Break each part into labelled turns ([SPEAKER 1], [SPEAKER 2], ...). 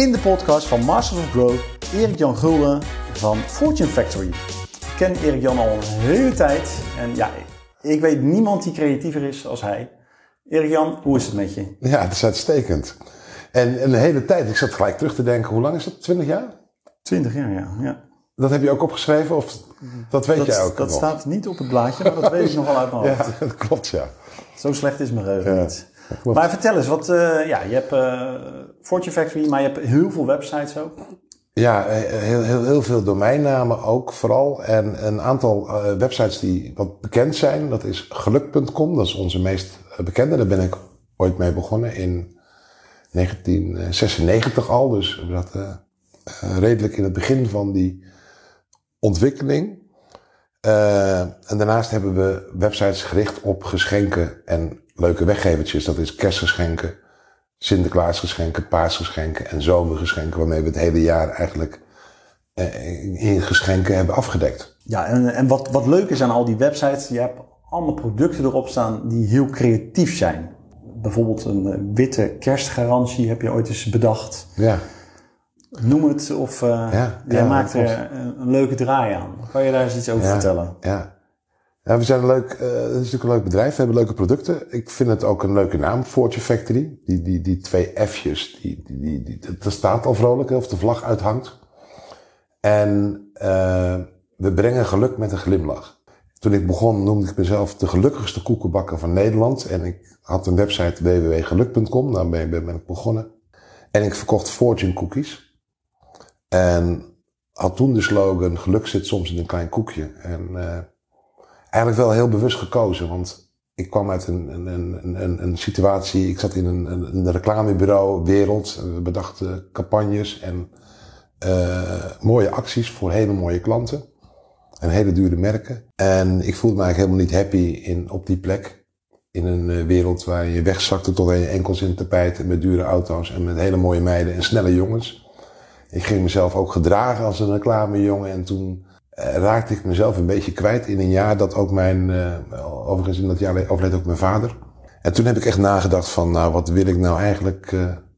[SPEAKER 1] in de podcast van Masters of Growth Erik-Jan Gulden van Fortune Factory. Ik ken Erik-Jan al een hele tijd en ja, ik weet niemand die creatiever is als hij. Erik-Jan, hoe is het met je?
[SPEAKER 2] Ja, het is uitstekend. En een hele tijd, ik zat gelijk terug te denken, hoe lang is dat? 20 jaar?
[SPEAKER 1] 20 jaar, ja.
[SPEAKER 2] Dat heb je ook opgeschreven of dat weet jij ook
[SPEAKER 1] Dat
[SPEAKER 2] nog?
[SPEAKER 1] staat niet op het blaadje, maar dat weet ik nog wel uit mijn hoofd.
[SPEAKER 2] Ja, dat klopt, ja.
[SPEAKER 1] Zo slecht is mijn geheugen niet.
[SPEAKER 2] Klopt.
[SPEAKER 1] Maar vertel eens, je hebt Fortune Factory, maar je hebt heel veel websites ook.
[SPEAKER 2] Ja, heel veel domeinnamen ook vooral. En een aantal websites die wat bekend zijn, dat is geluk.com. Dat is onze meest bekende. Daar ben ik ooit mee begonnen in 1996 al. Dus we zaten redelijk in het begin van die ontwikkeling. En daarnaast hebben we websites gericht op geschenken en leuke weggevertjes. Dat is kerstgeschenken, Sinterklaasgeschenken, paasgeschenken en zomergeschenken. Waarmee we het hele jaar eigenlijk in geschenken hebben afgedekt.
[SPEAKER 1] Ja, en wat leuk is aan al die websites, je hebt allemaal producten erop staan die heel creatief zijn. Bijvoorbeeld een witte kerstgarantie heb je ooit eens bedacht.
[SPEAKER 2] Ja.
[SPEAKER 1] Noem het, of jij maakt er een leuke draai aan. Kan je daar eens iets over vertellen?
[SPEAKER 2] Ja, we zijn het is natuurlijk een leuk bedrijf. We hebben leuke producten. Ik vind het ook een leuke naam, Fortune Factory. Die twee F'jes, dat staat al vrolijk, of de vlag uithangt. En we brengen geluk met een glimlach. Toen ik begon noemde ik mezelf de gelukkigste koekenbakker van Nederland. En ik had een website www.geluk.com, daar ben ik begonnen. En ik verkocht Fortune cookies. En had toen de slogan, geluk zit soms in een klein koekje. En eigenlijk wel heel bewust gekozen, want ik kwam uit een situatie, ik zat in een reclamebureau wereld. We bedachten campagnes en mooie acties voor hele mooie klanten. En hele dure merken. En ik voelde me eigenlijk helemaal niet happy op die plek. In een wereld waar je wegzakte tot aan je enkels in tapijten met dure auto's en met hele mooie meiden en snelle jongens. Ik ging mezelf ook gedragen als een reclamejongen en toen raakte ik mezelf een beetje kwijt in een jaar dat ook overigens in dat jaar overleed ook mijn vader. En toen heb ik echt nagedacht van, nou, wat wil ik nou eigenlijk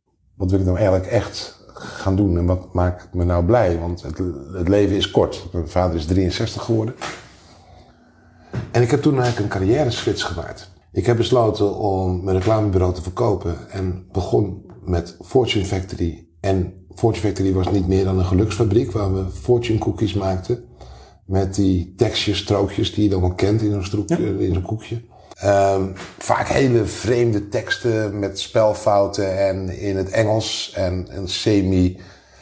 [SPEAKER 2] echt gaan doen en wat maakt me nou blij? Want het leven is kort. Mijn vader is 63 geworden. En ik heb toen eigenlijk een carrière-switch gemaakt. Ik heb besloten om mijn reclamebureau te verkopen en begon met Fortune Factory. En Fortune Factory was niet meer dan een geluksfabriek waar we Fortune cookies maakten. Met die tekstjes, strookjes die je dan wel kent in zo'n koekje. Vaak hele vreemde teksten met spelfouten en in het Engels en een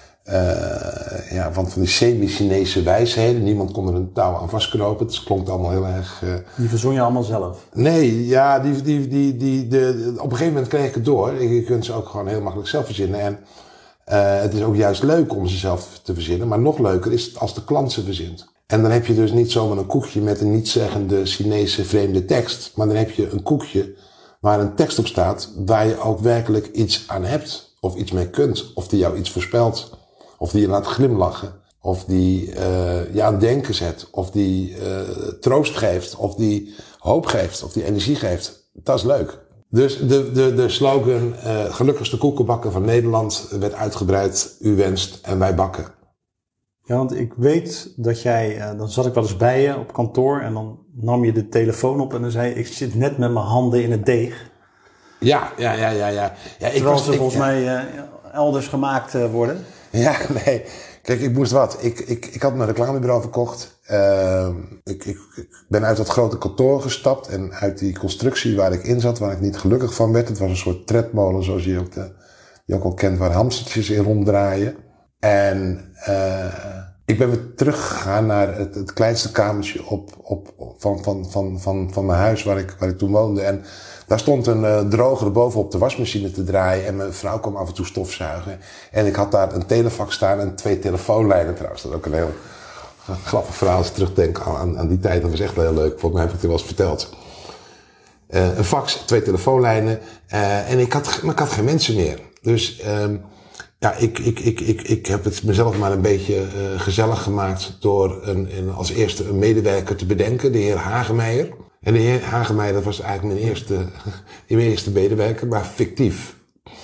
[SPEAKER 2] van die semi-Chinese wijsheden. Niemand kon er een touw aan vastknopen. Het klonk allemaal heel erg...
[SPEAKER 1] Die verzon je allemaal zelf?
[SPEAKER 2] Nee, ja, op een gegeven moment kreeg ik het door. Je kunt ze ook gewoon heel makkelijk zelf verzinnen. En het is ook juist leuk om ze zelf te verzinnen. Maar nog leuker is het als de klant ze verzint. En dan heb je dus niet zomaar een koekje met een nietszeggende Chinese vreemde tekst. Maar dan heb je een koekje waar een tekst op staat waar je ook werkelijk iets aan hebt. Of iets mee kunt. Of die jou iets voorspelt. Of die je laat glimlachen. Of die je aan het denken zet. Of die troost geeft. Of die hoop geeft. Of die energie geeft. Dat is leuk. Dus de slogan gelukkigste koekenbakker van Nederland werd uitgebreid. U wenst en wij bakken.
[SPEAKER 1] Ja, want ik weet dat jij, dan zat ik wel eens bij je op kantoor en dan nam je de telefoon op en dan zei je, ik zit net met mijn handen in het deeg.
[SPEAKER 2] Ja.
[SPEAKER 1] Terwijl ze volgens mij elders gemaakt worden.
[SPEAKER 2] Ja, nee. Kijk, ik moest wat. Ik had mijn reclamebureau verkocht. Ik ben uit dat grote kantoor gestapt en uit die constructie waar ik in zat, waar ik niet gelukkig van werd. Het was een soort tredmolen zoals je ook al kent, waar hamstertjes in ronddraaien. En ik ben weer teruggegaan naar het kleinste kamertje van mijn huis waar ik toen woonde. En daar stond een droger bovenop de wasmachine te draaien. En mijn vrouw kwam af en toe stofzuigen. En ik had daar een telefax staan en 2 telefoonlijnen trouwens. Dat is ook een heel grappig verhaal als ik terugdenk aan die tijd. Dat was echt heel leuk. Volgens mij heb ik het wel eens verteld. Een fax, 2 telefoonlijnen. En ik had geen mensen meer. Dus... Ja, ik heb het mezelf maar een beetje gezellig gemaakt door als eerste een medewerker te bedenken, de heer Hagemeijer. En de heer Hagemeijer, dat was eigenlijk mijn eerste medewerker, maar fictief.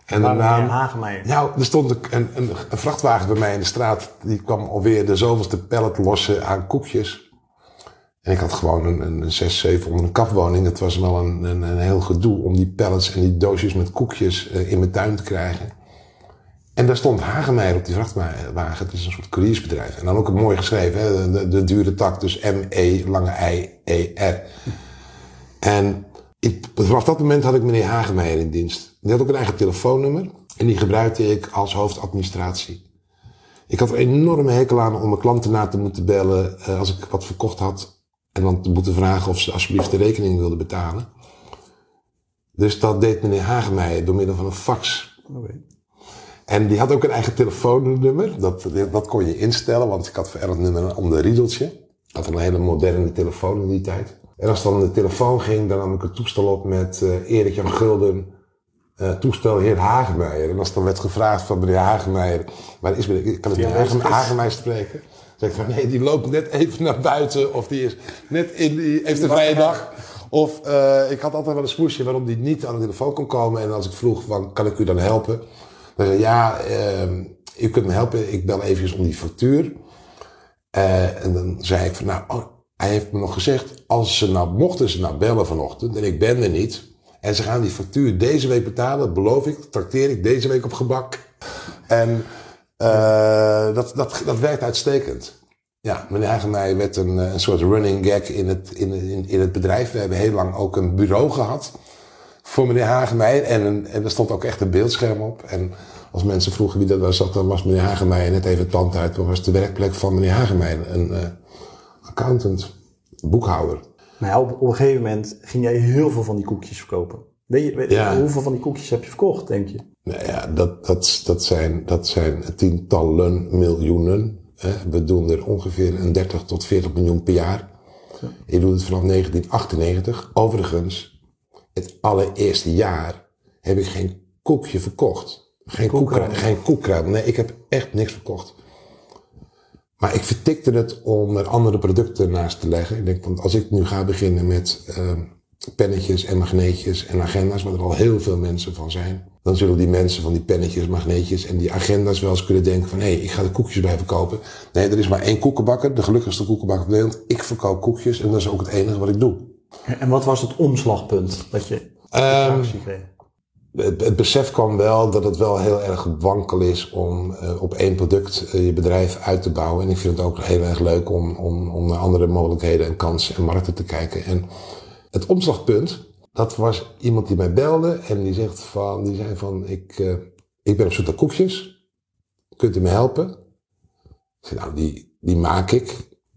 [SPEAKER 2] En de naam...
[SPEAKER 1] Hagemeijer.
[SPEAKER 2] Nou, er stond een vrachtwagen bij mij in de straat. Die kwam alweer de zoveelste pallet lossen aan koekjes. En ik had gewoon een 6, 7 onder een kapwoning. Het was wel een heel gedoe om die pallets en die doosjes met koekjes in mijn tuin te krijgen. En daar stond Hagemeijer op die vrachtwagen. Het is een soort couriersbedrijf. En dan ook mooi geschreven, hè? De dure tak, dus M-E-I-E-R. En vanaf dat moment had ik meneer Hagemeijer in dienst. Die had ook een eigen telefoonnummer. En die gebruikte ik als hoofdadministratie. Ik had er een enorme hekel aan om mijn klanten na te moeten bellen als ik wat verkocht had. En dan te moeten vragen of ze alsjeblieft de rekening wilden betalen. Dus dat deed meneer Hagemeijer door middel van een fax.
[SPEAKER 1] Okay.
[SPEAKER 2] En die had ook een eigen telefoonnummer. Dat kon je instellen, want ik had voor elk nummer een ander riedeltje. Ik had een hele moderne telefoon in die tijd. En als dan de telefoon ging, dan nam ik een toestel op met Erik-Jan Gulden, toestel heer Hagemeijer. En als dan werd gevraagd van meneer Hagemeijer, kan ik meneer Hagemeijer spreken? Dan zeg ik van nee, die loopt net even naar buiten of die is net heeft een vrije dag. Of ik had altijd wel een smoesje waarom die niet aan de telefoon kon komen. En als ik vroeg van kan ik u dan helpen? Dan zei ja, u kunt me helpen, ik bel eventjes om die factuur. En dan zei ik van nou, hij heeft me nog gezegd, mochten ze nou bellen vanochtend en ik ben er niet. En ze gaan die factuur deze week betalen, beloof ik, trakteer ik deze week op gebak. En dat werkt uitstekend. Ja, meneer Hagemeijer werd een soort running gag in het bedrijf. We hebben heel lang ook een bureau gehad voor meneer Hagemeijer. En er stond ook echt een beeldscherm op. En als mensen vroegen wie dat was, dan was meneer Hagemeijer net even het pand uit. Dan was de werkplek van meneer Hagemeijer een accountant, boekhouder.
[SPEAKER 1] Maar ja, op een gegeven moment ging jij heel veel van die koekjes verkopen. Weet je hoeveel van die koekjes heb je verkocht, denk je?
[SPEAKER 2] Nou ja, dat zijn tientallen miljoenen. We doen er ongeveer een 30 tot 40 miljoen per jaar. Ja. Ik doe het vanaf 1998. Overigens, het allereerste jaar heb ik geen koekje verkocht. Geen koekkruim. Nee, ik heb echt niks verkocht. Maar ik vertikte het om er andere producten naast te leggen. Ik denk, want als ik nu ga beginnen met pennetjes en magneetjes en agenda's, waar er al heel veel mensen van zijn, dan zullen die mensen van die pennetjes, magneetjes en die agenda's wel eens kunnen denken van, hé, ik ga de koekjes bij verkopen. Nee, er is maar één koekenbakker, de gelukkigste koekenbakker van Nederland. Ik verkoop koekjes en dat is ook het enige wat ik doe. En
[SPEAKER 1] wat was het omslagpunt dat je attractie kreeg?
[SPEAKER 2] Het besef kwam wel dat het wel heel erg wankel is om op één product je bedrijf uit te bouwen. En ik vind het ook heel erg leuk om naar andere mogelijkheden en kansen en markten te kijken. En het omslagpunt, dat was iemand die mij belde en die zei van ik ben op zoek naar koekjes. Kunt u me helpen? Ik zei, nou, die maak ik.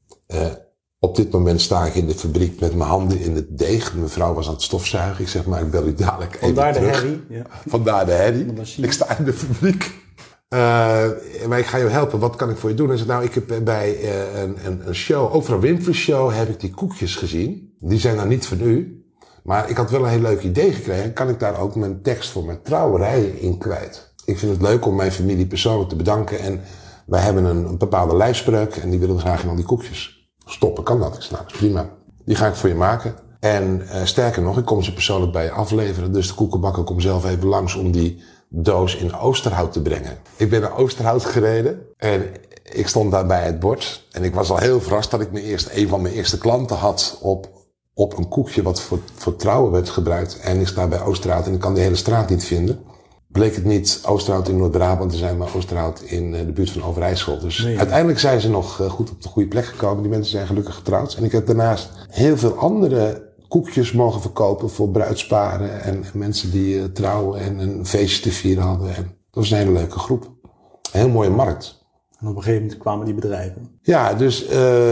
[SPEAKER 2] Op dit moment sta ik in de fabriek met mijn handen in het deeg. Mijn vrouw was aan het stofzuigen. Ik zeg maar, ik bel u dadelijk even terug.
[SPEAKER 1] Vandaar de herrie. Ja.
[SPEAKER 2] Vandaar de herrie. Ik sta in de fabriek. Maar ik ga je helpen. Wat kan ik voor je doen? Hij zei, nou, ik heb bij een show, Oprah Winfrey Show, heb ik die koekjes gezien. Die zijn nou niet van u. Maar ik had wel een heel leuk idee gekregen. Kan ik daar ook mijn tekst voor mijn trouwerij in kwijt? Ik vind het leuk om mijn familie persoonlijk te bedanken. En wij hebben een bepaalde lijfspreuk. En die willen we graag in al die koekjes stoppen. Kan dat? Ik zei, nou, dat is prima. Die ga ik voor je maken. En sterker nog, ik kom ze persoonlijk bij je afleveren. Dus de koekenbakker komt zelf even langs om die doos in Oosterhout te brengen. Ik ben naar Oosterhout gereden en ik stond daar bij het bord. En ik was al heel verrast dat ik een van mijn eerste klanten had op een koekje wat voor trouwen werd gebruikt. En ik sta bij Oosterhout en ik kan die hele straat niet vinden. Bleek het niet Oosterhout in Noord-Brabant te zijn, maar Oosterhout in de buurt van Overijssel. Dus uiteindelijk zijn ze nog goed op de goede plek gekomen. Die mensen zijn gelukkig getrouwd. En ik heb daarnaast heel veel andere koekjes mogen verkopen voor bruidsparen en mensen die trouwen en een feestje te vieren hadden. En dat was een hele leuke groep. Een heel mooie markt.
[SPEAKER 1] En op een gegeven moment kwamen die bedrijven.
[SPEAKER 2] Ja, dus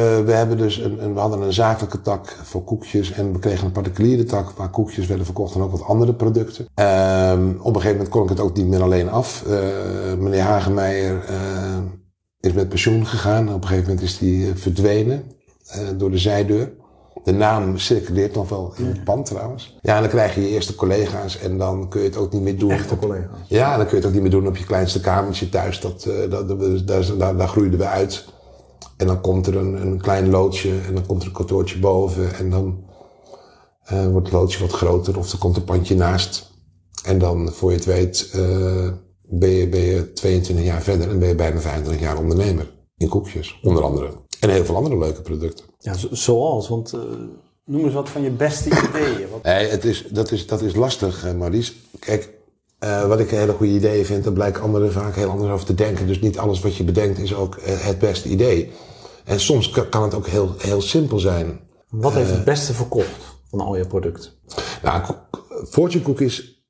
[SPEAKER 2] we hadden een zakelijke tak voor koekjes en we kregen een particuliere tak waar koekjes werden verkocht en ook wat andere producten. Op een gegeven moment kon ik het ook niet meer alleen af. Meneer Hagemeijer is met pensioen gegaan. Op een gegeven moment is hij verdwenen door de zijdeur. De naam circuleert nog wel in het pand trouwens. Ja, en dan krijg je je eerste collega's en dan kun je het ook niet meer doen.
[SPEAKER 1] Echte collega's.
[SPEAKER 2] Ja, dan kun je het ook niet meer doen op je kleinste kamertje thuis. Daar groeiden we uit. En dan komt er een klein loodsje en dan komt er een kantoortje boven. En dan wordt het loodsje wat groter of er komt een pandje naast. En dan, voor je het weet, ben je 22 jaar verder en ben je bijna 25 jaar ondernemer. In koekjes, onder andere. En heel veel andere leuke producten.
[SPEAKER 1] Ja, zoals, want noem eens wat van je beste ideeën.
[SPEAKER 2] Nee, dat is lastig, Maurice. Kijk, wat ik een hele goede idee vind, daar blijken anderen vaak heel anders over te denken. Dus niet alles wat je bedenkt is ook het beste idee. En soms kan het ook heel, heel simpel zijn.
[SPEAKER 1] Wat heeft het beste verkocht van al je producten?
[SPEAKER 2] Nou, fortune cookies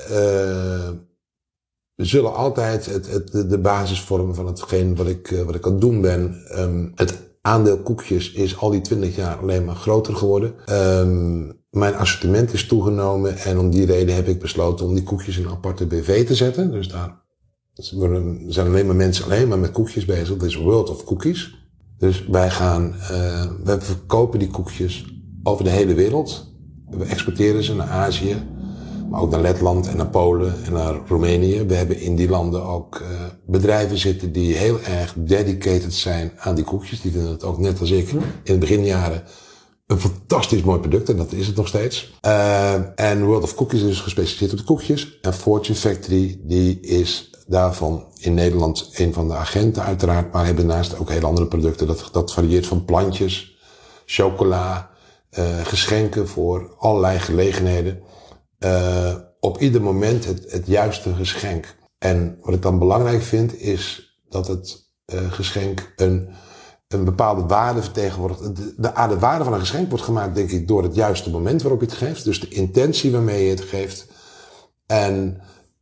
[SPEAKER 2] zullen altijd de basis vormen van hetgeen wat ik aan het doen ben. Het aandeel koekjes is al die 20 jaar alleen maar groter geworden. Mijn assortiment is toegenomen en om die reden heb ik besloten om die koekjes in een aparte BV te zetten. Dus daar zijn alleen maar mensen alleen maar met koekjes bezig. Dat is World of Cookies. Dus wij verkopen die koekjes over de hele wereld. We exporteren ze naar Azië, maar ook naar Letland en naar Polen en naar Roemenië. We hebben in die landen ook bedrijven zitten die heel erg dedicated zijn aan die koekjes. Die vinden het ook net als ik in de beginjaren een fantastisch mooi product en dat is het nog steeds. En World of Cookies is gespecialiseerd op de koekjes. En Fortune Factory die is daarvan in Nederland een van de agenten uiteraard, maar hebben daarnaast ook hele andere producten. Dat varieert van plantjes, chocola, geschenken voor allerlei gelegenheden. Op ieder moment het juiste geschenk. En wat ik dan belangrijk vind is dat het geschenk een bepaalde waarde vertegenwoordigt. De waarde van een geschenk wordt gemaakt, denk ik, door het juiste moment waarop je het geeft. Dus de intentie waarmee je het geeft. En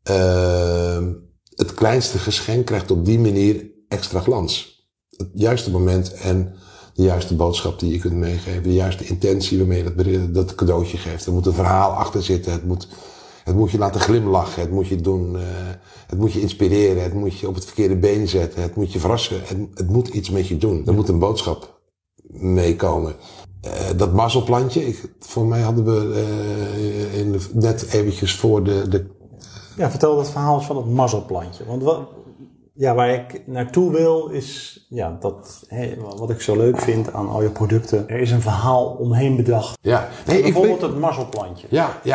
[SPEAKER 2] het kleinste geschenk krijgt op die manier extra glans. Het juiste moment en de juiste boodschap die je kunt meegeven. De juiste intentie waarmee je dat cadeautje geeft. Er moet een verhaal achter zitten. Het moet je laten glimlachen. Het moet je doen. Het moet je inspireren. Het moet je op het verkeerde been zetten. Het moet je verrassen. Het moet iets met je doen. Er moet een boodschap meekomen. Dat mazzelplantje. Voor mij hadden we net eventjes voor de...
[SPEAKER 1] Ja, vertel dat verhaal eens van het mazzelplantje. Want waar ik naartoe wil is wat ik zo leuk vind aan al je producten. Er is een verhaal omheen bedacht.
[SPEAKER 2] Ja,
[SPEAKER 1] bijvoorbeeld het mazzelplantje.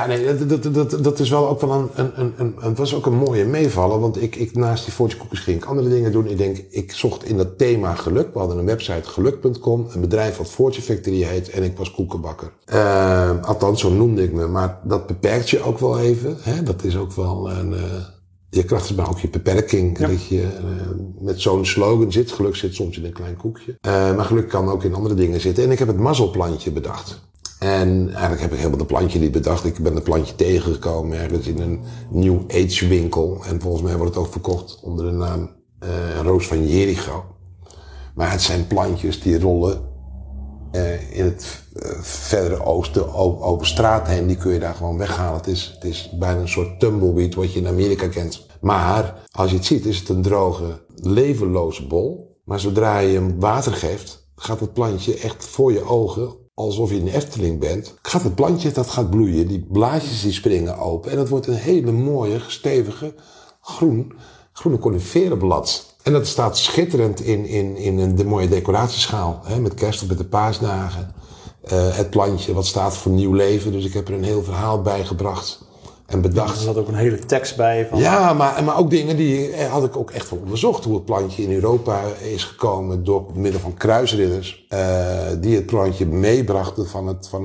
[SPEAKER 2] Dat is wel ook wel het was ook een mooie meevallen. Want ik naast die fortune cookies ging ik andere dingen doen. Ik zocht in dat thema geluk. We hadden een website geluk.com. Een bedrijf wat Fortune Factory heet. En ik was koekenbakker. Althans, zo noemde ik me. Maar dat beperkt je ook wel even. Hè? Dat is ook wel je kracht is maar ook je beperking. Ja. Dat je met zo'n slogan zit. Geluk zit soms in een klein koekje. Maar geluk kan ook in andere dingen zitten. En ik heb het mazzelplantje bedacht. En eigenlijk heb ik helemaal het plantje niet bedacht. Ik ben het plantje tegengekomen ergens in een New Age winkel. En volgens mij wordt het ook verkocht onder de naam Roos van Jericho. Maar het zijn plantjes die rollen in het verdere oosten over straat heen. Die kun je daar gewoon weghalen. Het is bijna een soort tumbleweed wat je in Amerika kent. Maar als je het ziet is het een droge, levenloze bol. Maar zodra je hem water geeft, gaat het plantje echt voor je ogen, alsof je in de Efteling bent, gaat het plantje, dat gaat bloeien. Die blaadjes die springen open. En dat wordt een hele mooie, stevige, groene coniferenblad. En dat staat schitterend in de mooie decoratieschaal. Hè, met kerst of met de paasdagen. Het plantje wat staat voor nieuw leven. Dus ik heb er een heel verhaal bij gebracht. En bedacht.
[SPEAKER 1] Er zat ook een hele tekst bij. Van...
[SPEAKER 2] Ja, maar ook dingen die had ik ook echt wel onderzocht. Hoe het plantje in Europa is gekomen door middel van kruisridders. Die het plantje meebrachten van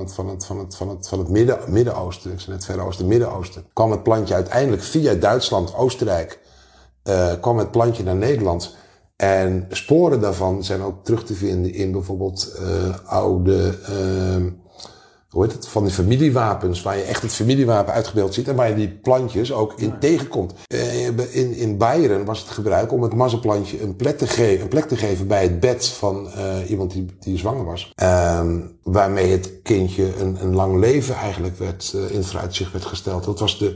[SPEAKER 2] het Midden-Oosten. Ik zei net Verre Oosten, Midden-Oosten. Kwam het plantje uiteindelijk via Duitsland, Oostenrijk. Kwam het plantje naar Nederland. En sporen daarvan zijn ook terug te vinden in bijvoorbeeld oude... van die familiewapens, waar je echt het familiewapen uitgebeeld ziet en waar je die plantjes ook in tegenkomt. In Beieren was het gebruik om het mazzelplantje een plek te geven bij het bed van iemand die zwanger was. Waarmee het kindje een lang leven eigenlijk in het vooruitzicht werd gesteld. Dat was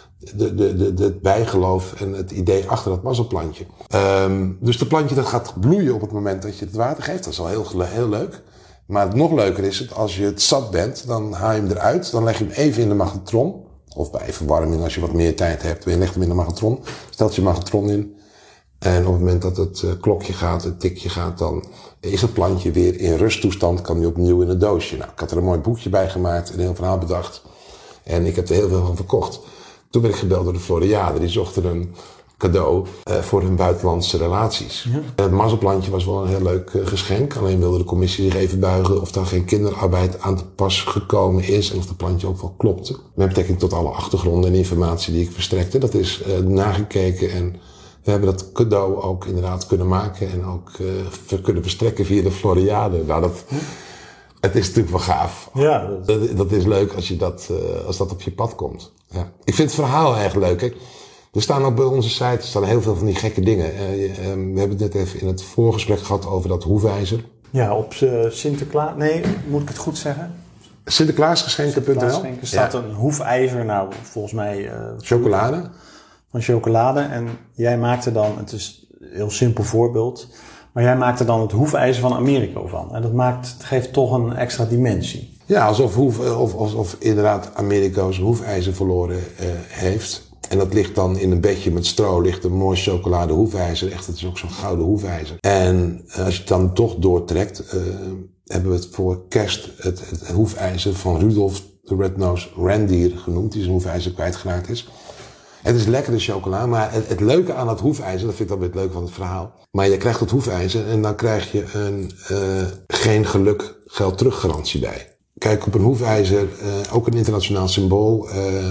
[SPEAKER 2] het bijgeloof en het idee achter dat mazzelplantje. Dus het plantje dat gaat bloeien op het moment dat je het water geeft. Dat is al heel leuk. Maar het nog leuker is het, als je het zat bent, dan haal je hem eruit. Dan leg je hem even in de magnetron. Of bij verwarming, als je wat meer tijd hebt. Je legt hem in de magnetron. Stelt je magnetron in. En op het moment dat het klokje gaat, het tikje gaat, dan is het plantje weer in rusttoestand. Kan hij opnieuw in een doosje. Nou, ik had er een mooi boekje bij gemaakt. Een heel verhaal bedacht. En ik heb er heel veel van verkocht. Toen werd ik gebeld door de Floriade. Die zochten een cadeau voor hun buitenlandse relaties. Ja. Het mazzelplantje was wel een heel leuk geschenk. Alleen wilde de commissie zich even buigen of daar geen kinderarbeid aan te pas gekomen is. En of het plantje ook wel klopte. Met betrekking tot alle achtergronden en informatie die ik verstrekte. Dat is nagekeken en we hebben dat cadeau ook inderdaad kunnen maken. En ook kunnen verstrekken via de Floriade. Nou, het is natuurlijk wel gaaf. Ja, dat is leuk als dat op je pad komt. Ja. Ik vind het verhaal erg leuk. Hè? Er staan ook bij onze site heel veel van die gekke dingen. We hebben het net even in het voorgesprek gehad over dat hoefijzer.
[SPEAKER 1] Ja, op Sinterklaas. Nee, moet ik het goed zeggen?
[SPEAKER 2] Sinterklaasgeschenken.nl
[SPEAKER 1] staat een hoefijzer. Nou, volgens mij...
[SPEAKER 2] chocolade.
[SPEAKER 1] Van chocolade. En jij maakte dan... Het is een heel simpel voorbeeld. Maar jij maakte dan het hoefijzer van Amerika van. En het geeft toch een extra dimensie.
[SPEAKER 2] Ja, alsof inderdaad Amerika zijn hoefijzer verloren heeft. En dat ligt dan in een bedje met stro, ligt een mooi chocolade hoefijzer. Echt, het is ook zo'n gouden hoefijzer. En als je het dan toch doortrekt, hebben we het voor kerst het hoefijzer van Rudolf de Red-Nosed Reindeer genoemd. Die zijn hoefijzer kwijtgeraakt is. Het is lekkere chocola, maar het leuke aan dat hoefijzer, dat vind ik dan weer het leuke van het verhaal. Maar je krijgt dat hoefijzer en dan krijg je een geen geluk geld teruggarantie bij. Kijk, op een hoefijzer, ook een internationaal symbool,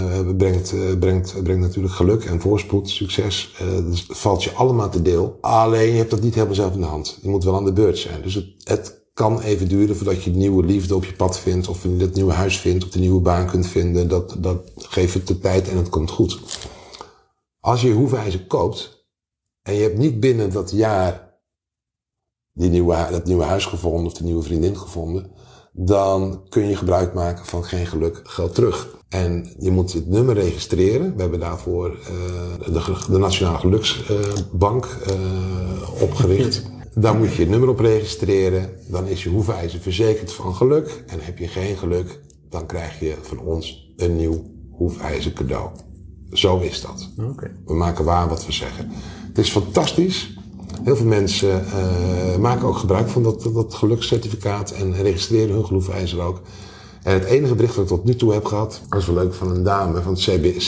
[SPEAKER 2] brengt natuurlijk geluk en voorspoed, succes. Dus het valt je allemaal te deel. Alleen je hebt dat niet helemaal zelf in de hand. Je moet wel aan de beurt zijn. Dus het kan even duren voordat je de nieuwe liefde op je pad vindt, of je het nieuwe huis vindt, of de nieuwe baan kunt vinden. Dat geeft het de tijd en het komt goed. Als je hoefijzer koopt en je hebt niet binnen dat jaar dat nieuwe huis gevonden of de nieuwe vriendin gevonden, dan kun je gebruik maken van geen geluk geld terug. En je moet het nummer registreren. We hebben daarvoor de Nationale Geluksbank opgericht. Daar moet je het nummer op registreren. Dan is je hoefijzer verzekerd van geluk. En heb je geen geluk, dan krijg je van ons een nieuw hoefijzer cadeau. Zo is dat. Okay. We maken waar wat we zeggen. Het is fantastisch. Heel veel mensen maken ook gebruik van dat gelukscertificaat en registreren hun hoefijzer ook. En het enige bericht dat ik tot nu toe heb gehad, dat is wel leuk, van een dame van het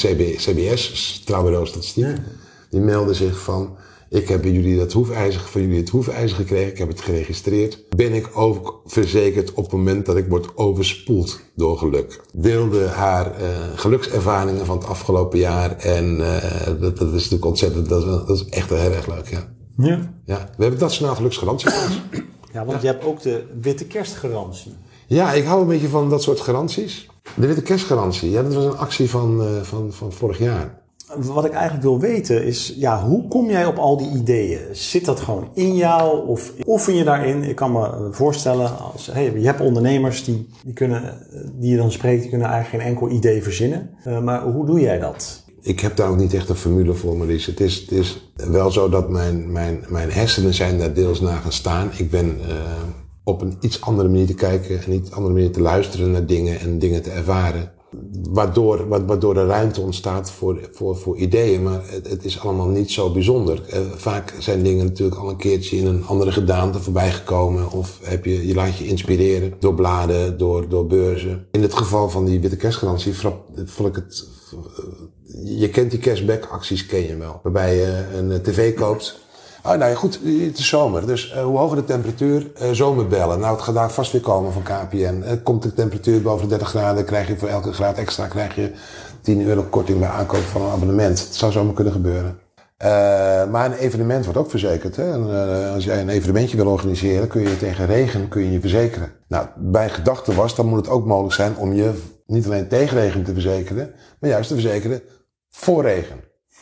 [SPEAKER 2] CBS, Trouwbureau Statistiek. Ja. Die meldde zich van, ik heb van jullie het hoefijzer gekregen, ik heb het geregistreerd. Ben ik ook verzekerd op het moment dat ik word overspoeld door geluk. Deelde haar gelukservaringen van het afgelopen jaar en dat is natuurlijk ontzettend, dat is echt heel erg leuk, ja. Ja, we hebben Nationale Geluksgarantie.
[SPEAKER 1] Ja, want je hebt ook de witte kerstgarantie.
[SPEAKER 2] Ja, ik hou een beetje van dat soort garanties. De witte kerstgarantie, ja, dat was een actie van vorig jaar.
[SPEAKER 1] Wat ik eigenlijk wil weten is, ja, hoe kom jij op al die ideeën? Zit dat gewoon in jou of oefen je daarin? Ik kan me voorstellen, je hebt ondernemers die je dan spreekt, die kunnen eigenlijk geen enkel idee verzinnen. Maar hoe doe jij dat?
[SPEAKER 2] Ik heb daar ook niet echt een formule voor, Maurice. Het is wel zo dat mijn hersenen zijn daar deels naar gaan staan. Ik ben op een iets andere manier te kijken en iets andere manier te luisteren naar dingen en dingen te ervaren. Waardoor er ruimte ontstaat voor ideeën, maar het is allemaal niet zo bijzonder. Vaak zijn dingen natuurlijk al een keertje in een andere gedaante voorbij gekomen, of je laat je inspireren door bladen, door beurzen. In het geval van die witte kerstgarantie vond ik het... Je kent die cashback-acties, ken je wel. Waarbij je een tv koopt. Oh, nou ja, goed, het is zomer. Dus hoe hoger de temperatuur, zomerbellen. Nou, het gaat daar vast weer komen van KPN. Komt de temperatuur boven de 30 graden, krijg je voor elke graad extra €10 korting bij aankoop van een abonnement. Het zou zomaar kunnen gebeuren. Maar een evenement wordt ook verzekerd. Hè? Als jij een evenementje wil organiseren, kun je tegen regen je verzekeren. Nou, mijn gedachte was, dan moet het ook mogelijk zijn om je niet alleen tegen regen te verzekeren, maar juist te verzekeren voor regen.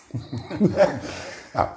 [SPEAKER 2] Nou,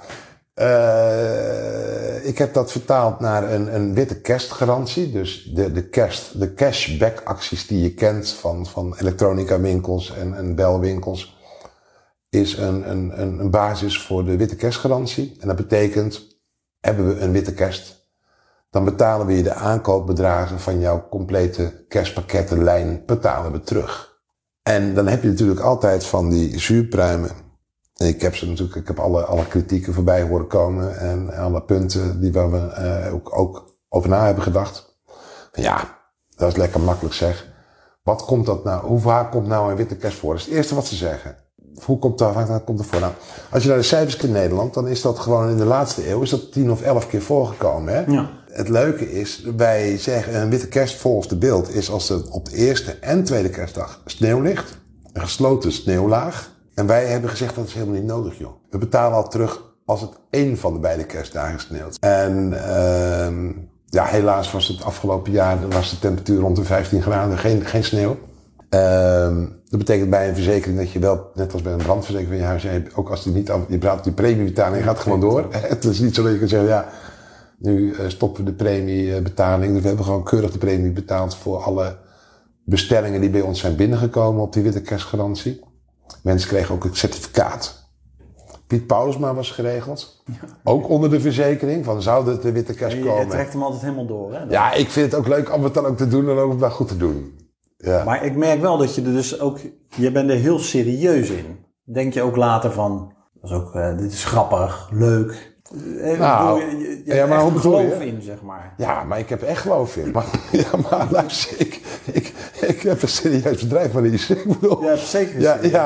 [SPEAKER 2] ik heb dat vertaald naar een witte kerstgarantie. Dus de cashback acties die je kent van elektronica winkels en belwinkels, is een basis voor de witte kerstgarantie. En dat betekent, hebben we een witte kerst, dan betalen we je de aankoopbedragen van jouw complete kerstpakkettenlijn betalen we terug. En dan heb je natuurlijk altijd van die zuurpruimen. En ik heb alle kritieken voorbij horen komen en alle punten waar we ook over na hebben gedacht. Ja, dat is lekker makkelijk zeg. Wat komt dat nou? Hoe vaak komt nou een witte kerst voor? Dat is het eerste wat ze zeggen. Hoe komt dat voor? Nou, als je naar de cijfers kijkt in Nederland, dan is dat gewoon in de laatste eeuw is dat 10 of 11 keer voorgekomen. Hè?
[SPEAKER 1] Ja.
[SPEAKER 2] Het leuke is, wij zeggen een witte kerst volgens de beeld is als er op de eerste en tweede kerstdag sneeuw ligt. Een gesloten sneeuwlaag. En wij hebben gezegd dat is helemaal niet nodig, joh. We betalen al terug als het één van de beide kerstdagen sneeuwt. En helaas was het afgelopen jaar was de temperatuur rond de 15 graden, geen sneeuw. Dat betekent bij een verzekering dat je wel, net als bij een brandverzekering van je huis, ook als die niet je praat die premiebetaling gaat gewoon door. Het is niet zo dat je kan zeggen, ja, nu stoppen we de premiebetaling. Dus we hebben gewoon keurig de premie betaald voor alle bestellingen die bij ons zijn binnengekomen op die witte kerstgarantie. Mensen kregen ook het certificaat. Piet Paulusma was geregeld. Ja. Ook onder de verzekering. Van zou de witte kerst komen.
[SPEAKER 1] Je trekt hem altijd helemaal door. Hè?
[SPEAKER 2] Ja, ik vind het ook leuk om het dan ook te doen en ook om dat goed te doen. Ja.
[SPEAKER 1] Maar ik merk wel dat je er dus ook... Je bent er heel serieus in. Denk je ook later van... Dat is ook, dit is grappig, leuk.
[SPEAKER 2] Nou,
[SPEAKER 1] je hebt echt geloof in, zeg maar.
[SPEAKER 2] Ja, maar ik heb er echt geloof in. Maar luister, ik heb een serieus bedrijf, maar niet. Ik bedoel,
[SPEAKER 1] ja, zeker.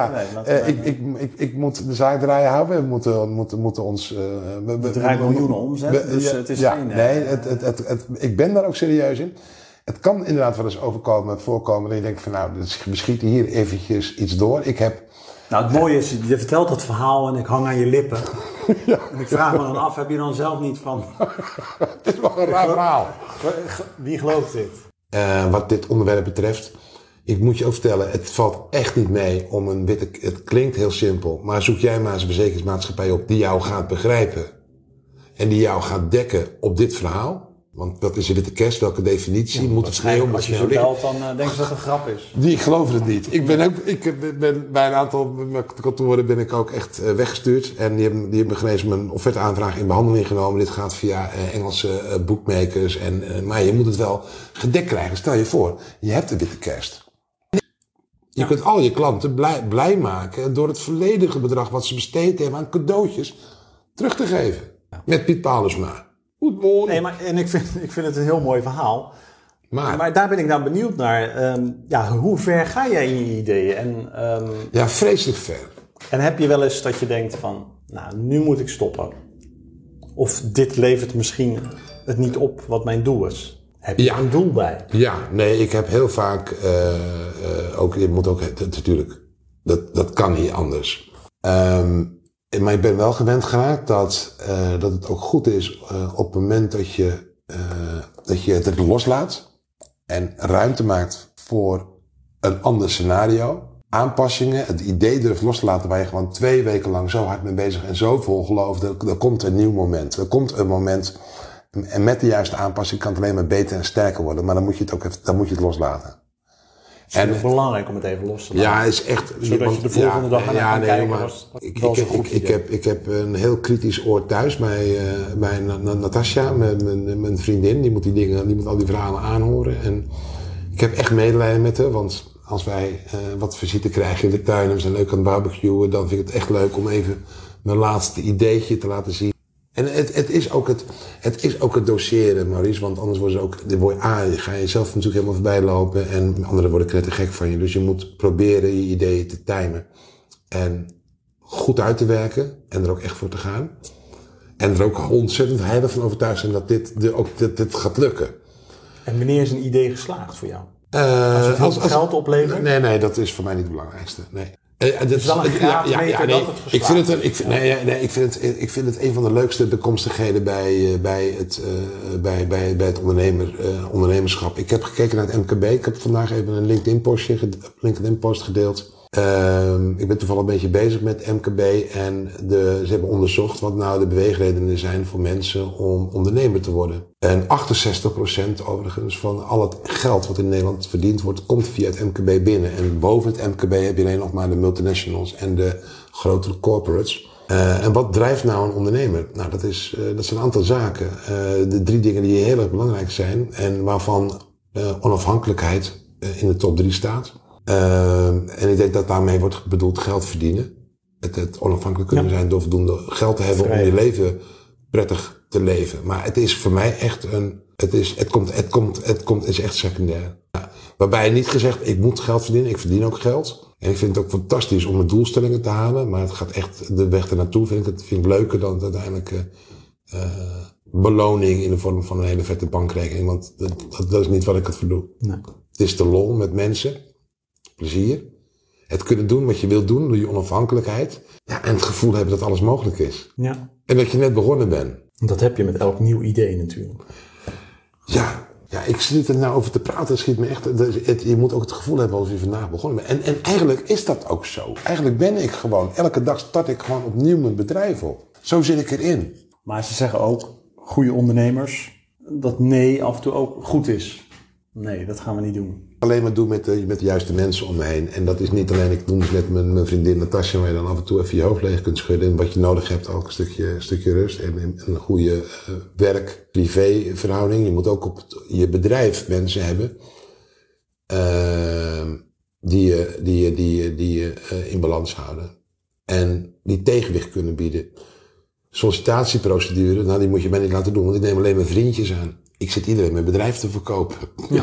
[SPEAKER 2] Ik moet de zaak draaien houden. We moeten ons...
[SPEAKER 1] we draaien miljoenen omzet, dus het is geen...
[SPEAKER 2] Nee, ik ben daar ook serieus in. Het kan inderdaad wel eens voorkomen dat je denkt van nou, we schieten hier eventjes iets door.
[SPEAKER 1] Nou, het mooie is, je vertelt dat verhaal en ik hang aan je lippen. Ja, en ik vraag me dan af, heb je dan zelf niet van...
[SPEAKER 2] Het is wel een raar verhaal.
[SPEAKER 1] Wie gelooft dit?
[SPEAKER 2] Wat dit onderwerp betreft, ik moet je ook vertellen, het valt echt niet mee om een witte... Het klinkt heel simpel, maar zoek jij maar eens een verzekeringsmaatschappij op die jou gaat begrijpen. En die jou gaat dekken op dit verhaal. Want wat is een witte kerst? Welke definitie?
[SPEAKER 1] Ja,
[SPEAKER 2] moet het sneeuw?
[SPEAKER 1] Als je zo belt, dan denken ze dat het een grap is.
[SPEAKER 2] Ik geloof het niet. Ik ben bij een aantal kantoren ben ik ook echt weggestuurd. En die hebben genees mijn offerteaanvraag in behandeling genomen. Dit gaat via Engelse bookmakers. Maar je moet het wel gedekt krijgen. Stel je voor, je hebt een witte kerst. Je kunt al je klanten blij maken door het volledige bedrag wat ze besteed hebben aan cadeautjes terug te geven. Met Piet Paulusma.
[SPEAKER 1] Nee, maar en ik vind het een heel mooi verhaal. Maar daar ben ik nou benieuwd naar. Hoe ver ga jij in je ideeën?
[SPEAKER 2] Ja, vreselijk ver.
[SPEAKER 1] En heb je wel eens dat je denkt van, nou, nu moet ik stoppen? Of dit levert misschien het niet op wat mijn doel is? Heb je een doel bij?
[SPEAKER 2] Ja, nee, ik heb heel vaak je moet ook natuurlijk, dat kan niet anders. Maar ik ben wel gewend geraakt dat het ook goed is op het moment dat je het loslaat en ruimte maakt voor een ander scenario. Aanpassingen, het idee durft los te laten waar je gewoon 2 weken lang zo hard mee bezig en zo vol gelooft. Er komt een nieuw moment. Er komt een moment en met de juiste aanpassing kan het alleen maar beter en sterker worden. Maar dan moet je het loslaten.
[SPEAKER 1] Het is belangrijk om het even los te laten.
[SPEAKER 2] Ja, is echt...
[SPEAKER 1] Zodat je de volgende dag kan kijken.
[SPEAKER 2] Ik heb een heel kritisch oor thuis bij Natasja, mijn vriendin. Die moet al die verhalen aanhoren. En ik heb echt medelijden met haar, want als wij wat visite krijgen in de tuin en we zijn leuk aan het barbecuen, dan vind ik het echt leuk om even mijn laatste ideetje te laten zien. En het is ook het doseren, Maurice, want anders ga je zelf natuurlijk helemaal voorbij lopen en anderen worden knettergek van je. Dus je moet proberen je ideeën te timen en goed uit te werken en er ook echt voor te gaan. En er ook ontzettend heilig van overtuigd zijn dat dit gaat lukken.
[SPEAKER 1] En wanneer is een idee geslaagd voor jou? Als het geld oplevert?
[SPEAKER 2] Nee, dat is voor mij niet het belangrijkste. Nee.
[SPEAKER 1] Het is wel een graadmeter dat het geslaagd is.
[SPEAKER 2] Ik vind het een van de leukste bekomstigheden bij het ondernemerschap. Ik heb gekeken naar het MKB. Ik heb vandaag even een LinkedIn post gedeeld. Ik ben toevallig een beetje bezig met MKB en ze hebben onderzocht wat nou de beweegredenen zijn voor mensen om ondernemer te worden. En 68% overigens van al het geld wat in Nederland verdiend wordt, komt via het MKB binnen. En boven het MKB heb je alleen nog maar de multinationals en de grotere corporates. En wat drijft nou een ondernemer? Nou, dat zijn een aantal zaken. De 3 dingen die heel erg belangrijk zijn en waarvan onafhankelijkheid in de top 3 staat. En ik denk dat daarmee wordt bedoeld geld verdienen. Het onafhankelijk kunnen zijn door voldoende geld te hebben om je leven prettig te leven. Maar het is voor mij echt het is echt secundair. Ja, waarbij niet gezegd, ik moet geld verdienen, ik verdien ook geld. En ik vind het ook fantastisch om mijn doelstellingen te halen. Maar het gaat echt de weg ernaartoe. Vind ik leuker dan uiteindelijk beloning in de vorm van een hele vette bankrekening. Want dat is niet wat ik het voor doe.
[SPEAKER 1] Nee.
[SPEAKER 2] Het is de lol met mensen. Plezier. Het kunnen doen wat je wilt doen door je onafhankelijkheid. Ja, en het gevoel hebben dat alles mogelijk is.
[SPEAKER 1] Ja.
[SPEAKER 2] En dat je net begonnen bent.
[SPEAKER 1] Dat heb je met elk nieuw idee natuurlijk.
[SPEAKER 2] Ja, ik zit er nou over te praten. Het schiet me echt. Je moet ook het gevoel hebben als je vandaag begonnen bent. En eigenlijk is dat ook zo. Eigenlijk ben ik gewoon. Elke dag start ik gewoon opnieuw mijn bedrijf op. Zo zit ik erin.
[SPEAKER 1] Maar ze zeggen ook, goede ondernemers, dat nee af en toe ook goed is. Nee, dat gaan we niet doen.
[SPEAKER 2] Alleen maar doen met de juiste mensen om me heen. En dat is niet alleen, ik doe het met mijn vriendin Natasja, waar je dan af en toe even je hoofd leeg kunt schudden. En wat je nodig hebt, ook een stukje rust en een goede werk-privé verhouding. Je moet ook op je bedrijf mensen hebben die je in balans houden. En die tegenwicht kunnen bieden. Sollicitatieprocedure, nou die moet je mij niet laten doen, want ik neem alleen mijn vriendjes aan. Ik zit iedereen mijn bedrijf te verkopen. Ja.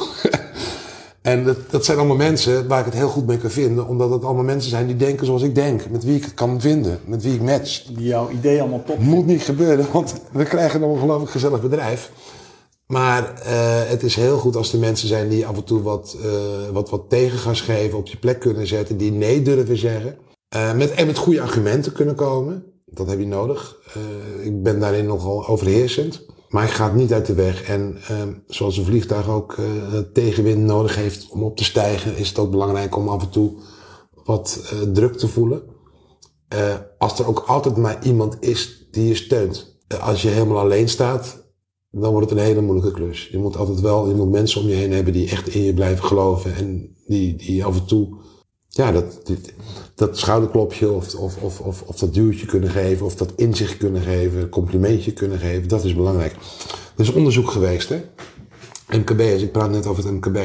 [SPEAKER 2] En dat zijn allemaal mensen waar ik het heel goed mee kan vinden. Omdat het allemaal mensen zijn die denken zoals ik denk. Met wie ik het kan vinden. Met wie ik match.
[SPEAKER 1] Die jouw idee allemaal top.
[SPEAKER 2] Moet niet gebeuren, want we krijgen een ongelooflijk gezellig bedrijf. Maar het is heel goed als er mensen zijn die af en toe wat tegengas geven. Op je plek kunnen zetten. Die nee durven zeggen. Met goede argumenten kunnen komen. Dat heb je nodig. Ik ben daarin nogal overheersend. Maar ik ga het niet uit de weg. En zoals een vliegtuig ook tegenwind nodig heeft om op te stijgen, is het ook belangrijk om af en toe wat druk te voelen. Als er ook altijd maar iemand is die je steunt. Als je helemaal alleen staat, dan wordt het een hele moeilijke klus. Je moet mensen om je heen hebben die echt in je blijven geloven. En die af en toe dat schouderklopje of dat duwtje kunnen geven, of dat inzicht kunnen geven, complimentje kunnen geven, dat is belangrijk. Er is onderzoek geweest, hè. MKB'ers, ik praat net over het MKB.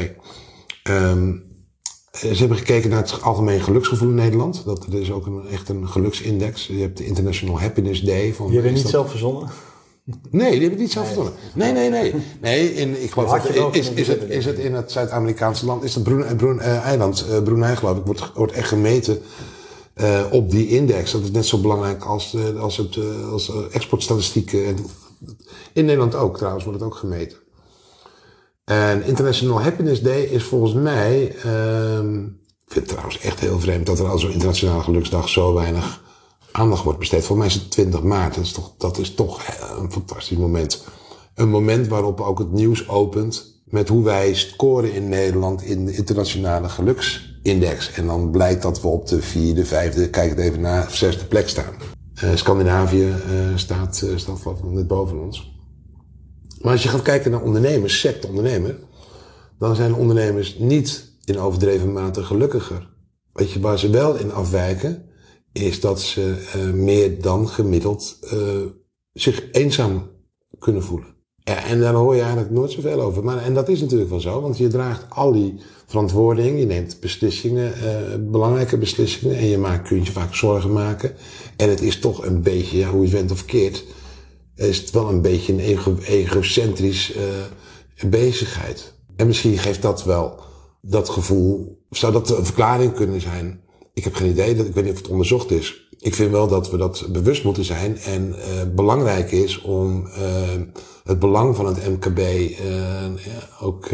[SPEAKER 2] Ze hebben gekeken naar het algemeen geluksgevoel in Nederland. Dat is ook echt een geluksindex. Je hebt de International Happiness Day.
[SPEAKER 1] Die hebben je niet zelf verzonnen?
[SPEAKER 2] Nee, die hebben het niet zelf verzonnen. Nee, ik geloof is het in het Zuid-Amerikaanse land, is het Brunei geloof ik, wordt echt gemeten op die index. Dat is net zo belangrijk als exportstatistieken. In Nederland ook trouwens, wordt het ook gemeten. En International Happiness Day is volgens mij, ik vind het trouwens echt heel vreemd dat er al zo'n internationale geluksdag zo weinig aandacht wordt besteed. Volgens mij is het 20 maart. Dat is toch een fantastisch moment. Een moment waarop ook het nieuws opent met hoe wij scoren in Nederland in de internationale geluksindex. En dan blijkt dat we op de 4e, 5e, kijk het even naar, 6e plek staan. Scandinavië staat net boven ons. Maar als je gaat kijken naar ondernemers, secte-ondernemer, dan zijn ondernemers niet in overdreven mate gelukkiger. Weet je, waar ze wel in afwijken, is dat ze meer dan gemiddeld zich eenzaam kunnen voelen. Ja, en daar hoor je eigenlijk nooit zoveel over. En dat is natuurlijk wel zo, want je draagt al die verantwoording. Je neemt beslissingen, belangrijke beslissingen. En je kunt je vaak zorgen maken. En het is toch een beetje, hoe je het went of keert, is het wel een beetje een egocentrisch bezigheid. En misschien geeft dat wel dat gevoel, zou dat een verklaring kunnen zijn? Ik heb geen idee, ik weet niet of het onderzocht is. Ik vind wel dat we dat bewust moeten zijn en belangrijk is om het belang van het MKB ook...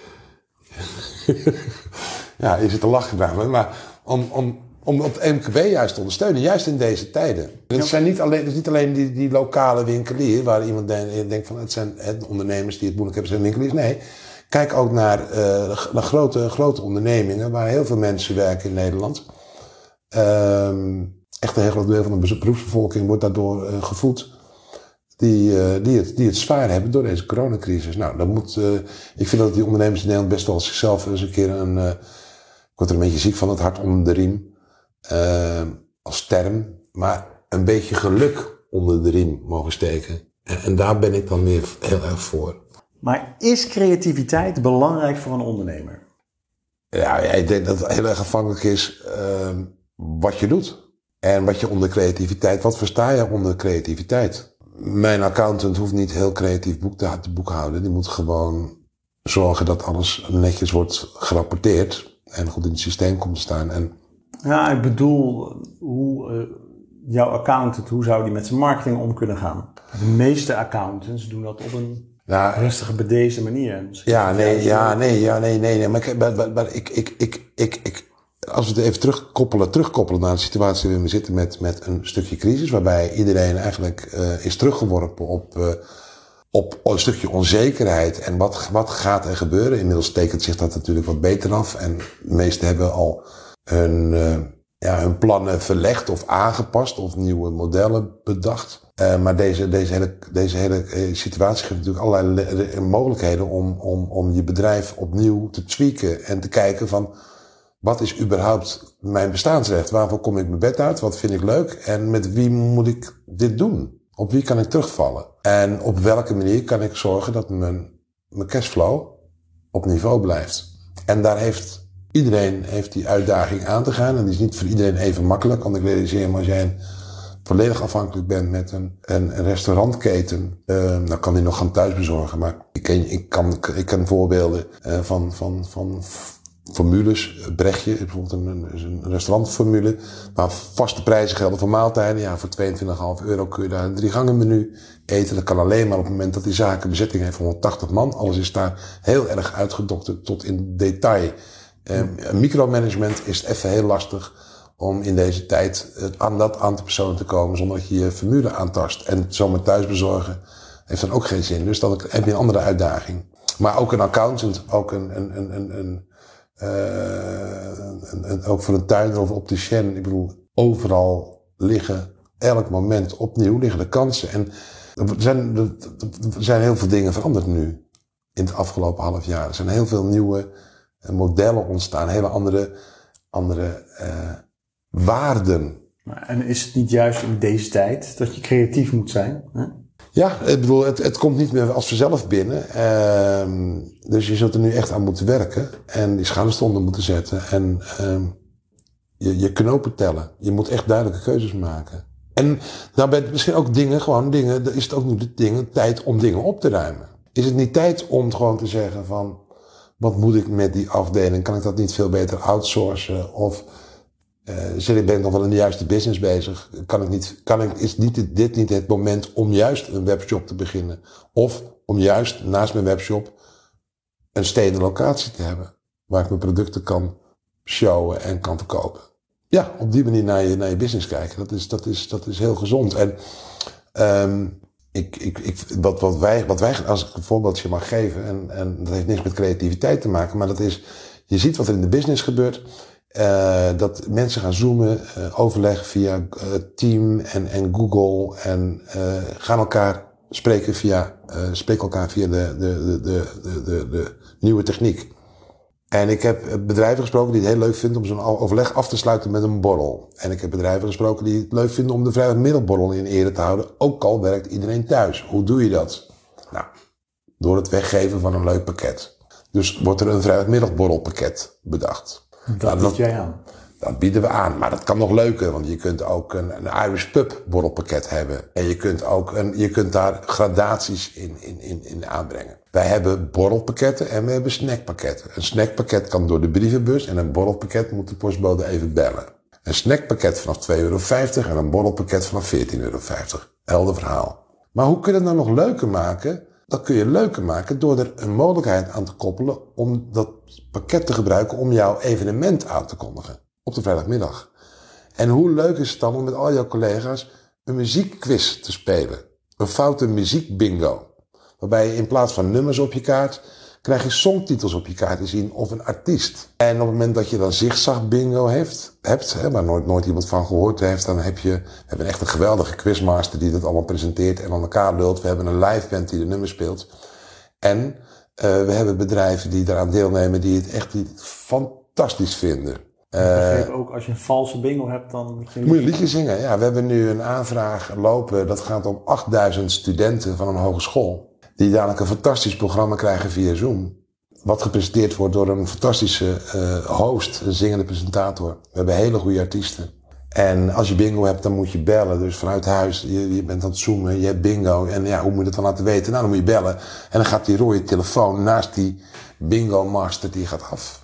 [SPEAKER 2] ja, je zit te lachen bij me, maar om het MKB juist te ondersteunen, juist in deze tijden. Het zijn niet alleen die lokale winkelier, waar iemand denkt van het zijn ondernemers die het moeilijk hebben, zijn winkeliers. Nee, kijk ook naar grote ondernemingen waar heel veel mensen werken in Nederland. Echt een heel groot deel van de beroepsbevolking wordt daardoor gevoed. Die het zwaar hebben door deze coronacrisis. Nou, ik vind dat die ondernemers in Nederland best wel zichzelf eens een keer ik word er een beetje ziek van, het hart onder de riem. Als term. Maar een beetje geluk onder de riem mogen steken. En daar ben ik dan weer heel erg voor.
[SPEAKER 1] Maar is creativiteit belangrijk voor een ondernemer?
[SPEAKER 2] Ja, ik denk dat het heel erg afhankelijk is wat je doet. En wat je onder creativiteit, wat versta je onder creativiteit? Mijn accountant hoeft niet heel creatief boekhouden. Die moet gewoon zorgen dat alles netjes wordt gerapporteerd. en goed in het systeem komt te staan. En
[SPEAKER 1] ja, ik bedoel, jouw accountant, hoe zou die met zijn marketing om kunnen gaan? De meeste accountants doen dat op een rustige, bedeesde manier.
[SPEAKER 2] Nee. Maar als we het even terugkoppelen naar de situatie waarin we zitten met een stukje crisis, waarbij iedereen eigenlijk is teruggeworpen op een stukje onzekerheid en wat gaat er gebeuren. Inmiddels tekent zich dat natuurlijk wat beter af en de meesten hebben al hun plannen verlegd of aangepast of nieuwe modellen bedacht. Maar deze hele situatie geeft natuurlijk allerlei mogelijkheden om je bedrijf opnieuw te tweaken en te kijken van wat is überhaupt mijn bestaansrecht? Waarvoor kom ik mijn bed uit? Wat vind ik leuk? En met wie moet ik dit doen? Op wie kan ik terugvallen? En op welke manier kan ik zorgen dat mijn cashflow op niveau blijft? En daar heeft iedereen die uitdaging aan te gaan. En die is niet voor iedereen even makkelijk. Want ik realiseer me, als jij volledig afhankelijk bent met een restaurantketen, dan kan die nog gaan thuisbezorgen. Maar ik ken voorbeelden van formules. Brechtje, bijvoorbeeld een restaurantformule, waar vaste prijzen gelden voor maaltijden. Ja, voor €22,5 kun je daar een 3-gangen menu eten. Dat kan alleen maar op het moment dat die zaak een bezetting heeft van 180 man. Alles is daar heel erg uitgedokterd tot in detail. Micromanagement is even heel lastig om in deze tijd aan dat aantal personen te komen zonder dat je je formule aantast. En zomaar thuis bezorgen heeft dan ook geen zin. Dus dan heb je een andere uitdaging. Maar ook een accountant, ook ook voor een tuinder of opticien. Ik bedoel, overal liggen, elk moment opnieuw liggen de kansen. En er zijn heel veel dingen veranderd nu in het afgelopen half jaar. Er zijn heel veel nieuwe modellen ontstaan, hele andere waarden.
[SPEAKER 1] En is het niet juist in deze tijd dat je creatief moet zijn? Hè?
[SPEAKER 2] Ja, ik bedoel, het komt niet meer als vanzelf binnen. Dus je zult er nu echt aan moeten werken. En die schouders eronder moeten zetten. En je knopen tellen. Je moet echt duidelijke keuzes maken. En daarbij misschien ook dingen, is het ook nu tijd om dingen op te ruimen. Is het niet tijd om gewoon te zeggen van, wat moet ik met die afdeling? Kan ik dat niet veel beter outsourcen? Of ben ik nog wel in de juiste business bezig? Is dit niet het moment om juist een webshop te beginnen? Of om juist naast mijn webshop een stedelijke locatie te hebben, waar ik mijn producten kan showen en kan verkopen? Ja, op die manier naar je business kijken. Dat is heel gezond. En wat wij, als ik een voorbeeldje mag geven, en dat heeft niks met creativiteit te maken, maar dat is, je ziet wat er in de business gebeurt. Dat mensen gaan zoomen, overleggen via Team en Google en spreken elkaar via de nieuwe techniek. En ik heb bedrijven gesproken die het heel leuk vinden om zo'n overleg af te sluiten met een borrel. En ik heb bedrijven gesproken die het leuk vinden om de vrijdagmiddagborrel in ere te houden, ook al werkt iedereen thuis. Hoe doe je dat? Nou, door het weggeven van een leuk pakket. Dus wordt er een vrijdagmiddagborrelpakket bedacht.
[SPEAKER 1] Dat bied jij aan.
[SPEAKER 2] Dat bieden we aan, maar dat kan nog leuker, want je kunt ook een Irish pub borrelpakket hebben. En je kunt daar gradaties in aanbrengen. Wij hebben borrelpakketten en we hebben snackpakketten. Een snackpakket kan door de brievenbus en een borrelpakket moet de postbode even bellen. Een snackpakket vanaf €2,50 en een borrelpakket vanaf €14,50. Helder verhaal. Maar hoe kun je het nou nog leuker maken? Dat kun je leuker maken door er een mogelijkheid aan te koppelen om dat pakket te gebruiken om jouw evenement aan te kondigen. Op de vrijdagmiddag. En hoe leuk is het dan om met al jouw collega's een muziekquiz te spelen? Een foute muziekbingo. Waarbij je in plaats van nummers op je kaart, krijg je songtitels op je kaart te zien of een artiest. En op het moment dat je dan zigzag bingo hebt, waar nooit iemand van gehoord heeft, dan we hebben echt een geweldige quizmaster die dat allemaal presenteert en aan elkaar lult. We hebben een live band die de nummers speelt. En we hebben bedrijven die daaraan deelnemen die het echt fantastisch vinden.
[SPEAKER 1] Ik begreep ook, als je een valse bingo hebt, dan moet je
[SPEAKER 2] een liedje zingen. Ja, we hebben nu een aanvraag lopen. Dat gaat om 8000 studenten van een hogeschool. Die dadelijk een fantastisch programma krijgen via Zoom. Wat gepresenteerd wordt door een fantastische host, een zingende presentator. We hebben hele goede artiesten. En als je bingo hebt, dan moet je bellen. Dus vanuit huis, je bent aan het zoomen, je hebt bingo. En ja, hoe moet je het dan laten weten? Nou, dan moet je bellen. En dan gaat die rode telefoon naast die bingo master, die gaat af.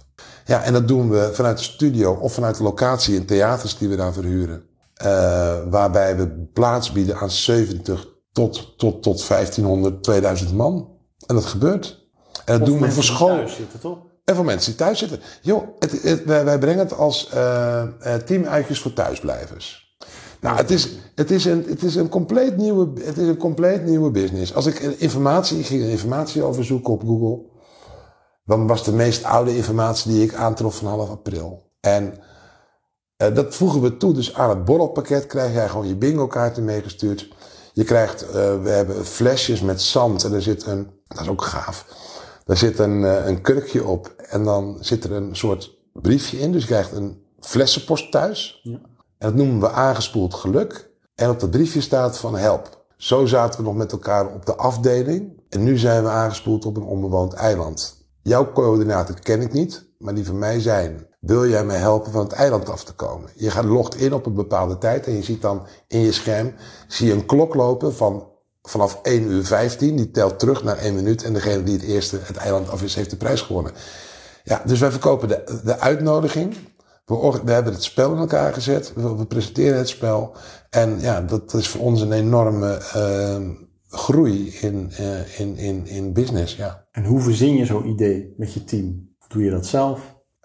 [SPEAKER 2] Ja, en dat doen we vanuit de studio of vanuit de locatie in theaters die we daar verhuren. Waarbij we plaats bieden aan 70 tot 1500, 2000 man. En dat gebeurt. En dat doen we voor school.
[SPEAKER 1] Thuis zitten, toch?
[SPEAKER 2] En voor mensen die thuis zitten. Joh, wij brengen het als teamuitjes voor thuisblijvers. Nou, het is een compleet nieuwe business. Als ik informatie over zoeken op Google, dan was de meest oude informatie die ik aantrof van half april. En dat voegen we toe. Dus aan het borrelpakket krijg jij gewoon je bingo-kaarten meegestuurd. Je krijgt, we hebben flesjes met zand en er zit dat is ook gaaf. Daar zit een kurkje op en dan zit er een soort briefje in. Dus je krijgt een flessenpost thuis. Ja. En dat noemen we aangespoeld geluk. En op dat briefje staat van help. Zo zaten we nog met elkaar op de afdeling. En nu zijn we aangespoeld op een onbewoond eiland. Jouw coördinaten ken ik niet, maar die van mij zijn: wil jij mij helpen van het eiland af te komen? Je gaat logt in op een bepaalde tijd en je ziet dan in je scherm een klok lopen vanaf 1:15. Die telt terug naar 1 minuut en degene die het eerste het eiland af is, heeft de prijs gewonnen. Ja, dus wij verkopen de uitnodiging. We hebben het spel in elkaar gezet. We presenteren het spel. En ja, dat is voor ons een enorme groei in business, ja.
[SPEAKER 1] En hoe verzin je zo'n idee met je team? Doe je dat zelf?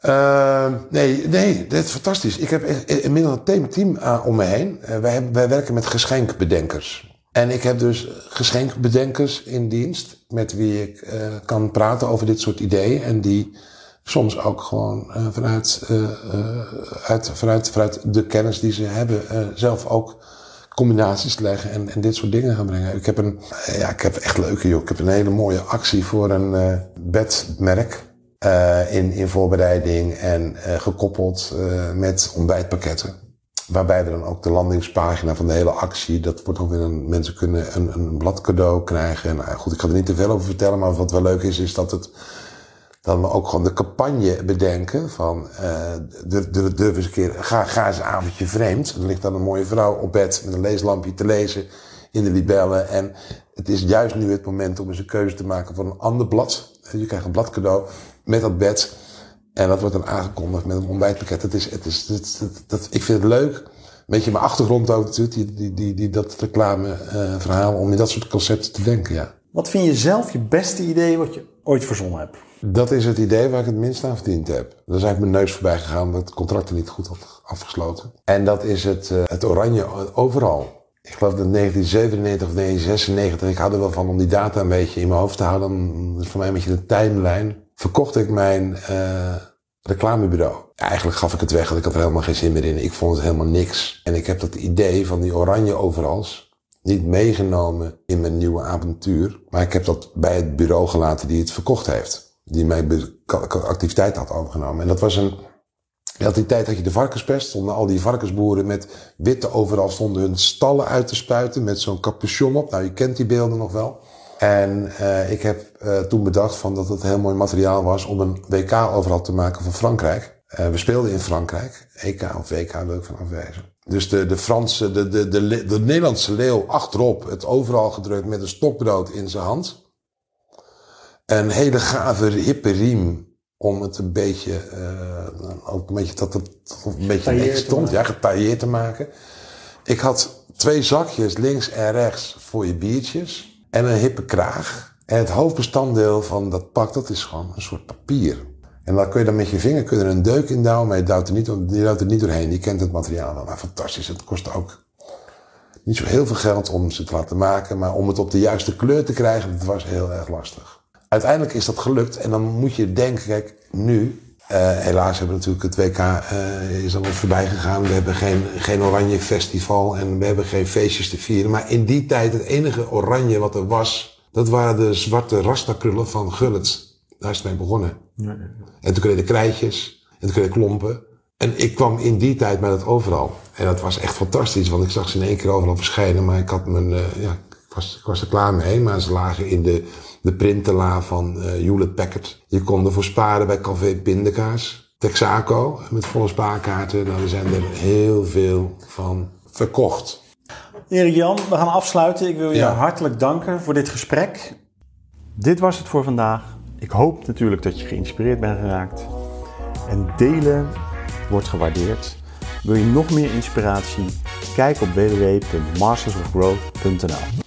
[SPEAKER 2] Nee, dat is fantastisch. Ik heb inmiddels een team om me heen. Wij werken met geschenkbedenkers. En ik heb dus geschenkbedenkers in dienst met wie ik kan praten over dit soort ideeën. En die soms ook gewoon vanuit de kennis die ze hebben zelf ook combinaties leggen en dit soort dingen gaan brengen. Ik heb echt leuke, joh. Ik heb een hele mooie actie voor een bedmerk in voorbereiding en gekoppeld met ontbijtpakketten. Waarbij we dan ook de landingspagina van de hele actie, dat wordt dan weer mensen kunnen een bladcadeau krijgen. Nou goed, ik ga er niet te veel over vertellen, maar wat wel leuk is dat we ook gewoon de campagne bedenken van durf eens een keer, ga eens een avondje vreemd. Er ligt dan een mooie vrouw op bed met een leeslampje te lezen in de libellen. En het is juist nu het moment om eens een keuze te maken voor een ander blad. Je krijgt een bladcadeau met dat bed. En dat wordt dan aangekondigd met een ontbijtpakket. Ik vind het leuk. Een beetje mijn achtergrond ook natuurlijk, dat reclameverhaal, om in dat soort concepten te denken, ja.
[SPEAKER 1] Wat vind je zelf je beste idee wat je ooit verzonnen hebt?
[SPEAKER 2] Dat is het idee waar ik het minst aan verdiend heb. Dat is eigenlijk mijn neus voorbij gegaan, omdat het contract er niet goed had afgesloten. En dat is het oranje overal. Ik geloof dat 1997 of 1996, ik hou er wel van om die data een beetje in mijn hoofd te houden. Dat is voor mij een beetje de timeline. Verkocht ik mijn reclamebureau. Ja, eigenlijk gaf ik het weg, want ik had er helemaal geen zin meer in. Ik vond het helemaal niks. En ik heb dat idee van die oranje overals niet meegenomen in mijn nieuwe avontuur. Maar ik heb dat bij het bureau gelaten die het verkocht heeft. Die mijn activiteit had overgenomen. En dat was die tijd had je de varkenspest. Stonden al die varkensboeren met witte overal, stonden hun stallen uit te spuiten met zo'n capuchon op. Nou, je kent die beelden nog wel. En ik heb toen bedacht dat het heel mooi materiaal was om een WK overal te maken voor Frankrijk. We speelden in Frankrijk. EK of WK wil ik van afwijzen. Dus de Franse, de Nederlandse leeuw achterop, het overal gedrukt met een stokbrood in zijn hand. Een hele gave hippe riem om het een beetje, ook een beetje dat het een beetje nek stond, ja, getailleerd te maken. Ik had 2 zakjes links en rechts voor je biertjes. En een hippe kraag. En het hoofdbestanddeel van dat pak, dat is gewoon een soort papier. En dan kun je dan met je vinger er een deuk in douwen, maar je duwt er niet doorheen. Je kent het materiaal wel. Nou, fantastisch. Het kost ook niet zo heel veel geld om ze te laten maken. Maar om het op de juiste kleur te krijgen, dat was heel erg lastig. Uiteindelijk is dat gelukt. En dan moet je denken, kijk, nu, helaas hebben we natuurlijk het WK is al voorbij gegaan. We hebben geen oranje festival en we hebben geen feestjes te vieren. Maar in die tijd, het enige oranje wat er was, dat waren de zwarte rastakrullen van Gullit. Daar is het mee begonnen. Nee. En toen kreeg je krijtjes en toen kreeg je klompen. En ik kwam in die tijd met het overal. En dat was echt fantastisch, want ik zag ze in 1 keer overal verschijnen. Maar ik had ik was er klaar mee. Maar ze lagen in de printerla van Hewlett Packard. Je kon ervoor sparen bij Café Pindakaas. Texaco, met volle spaarkaarten. Nou, er zijn er heel veel van verkocht.
[SPEAKER 1] Erik-Jan, we gaan afsluiten. Ik wil je hartelijk danken voor dit gesprek. Dit was het voor vandaag. Ik hoop natuurlijk dat je geïnspireerd bent geraakt. en delen wordt gewaardeerd. Wil je nog meer inspiratie? Kijk op www.mastersofgrowth.nl.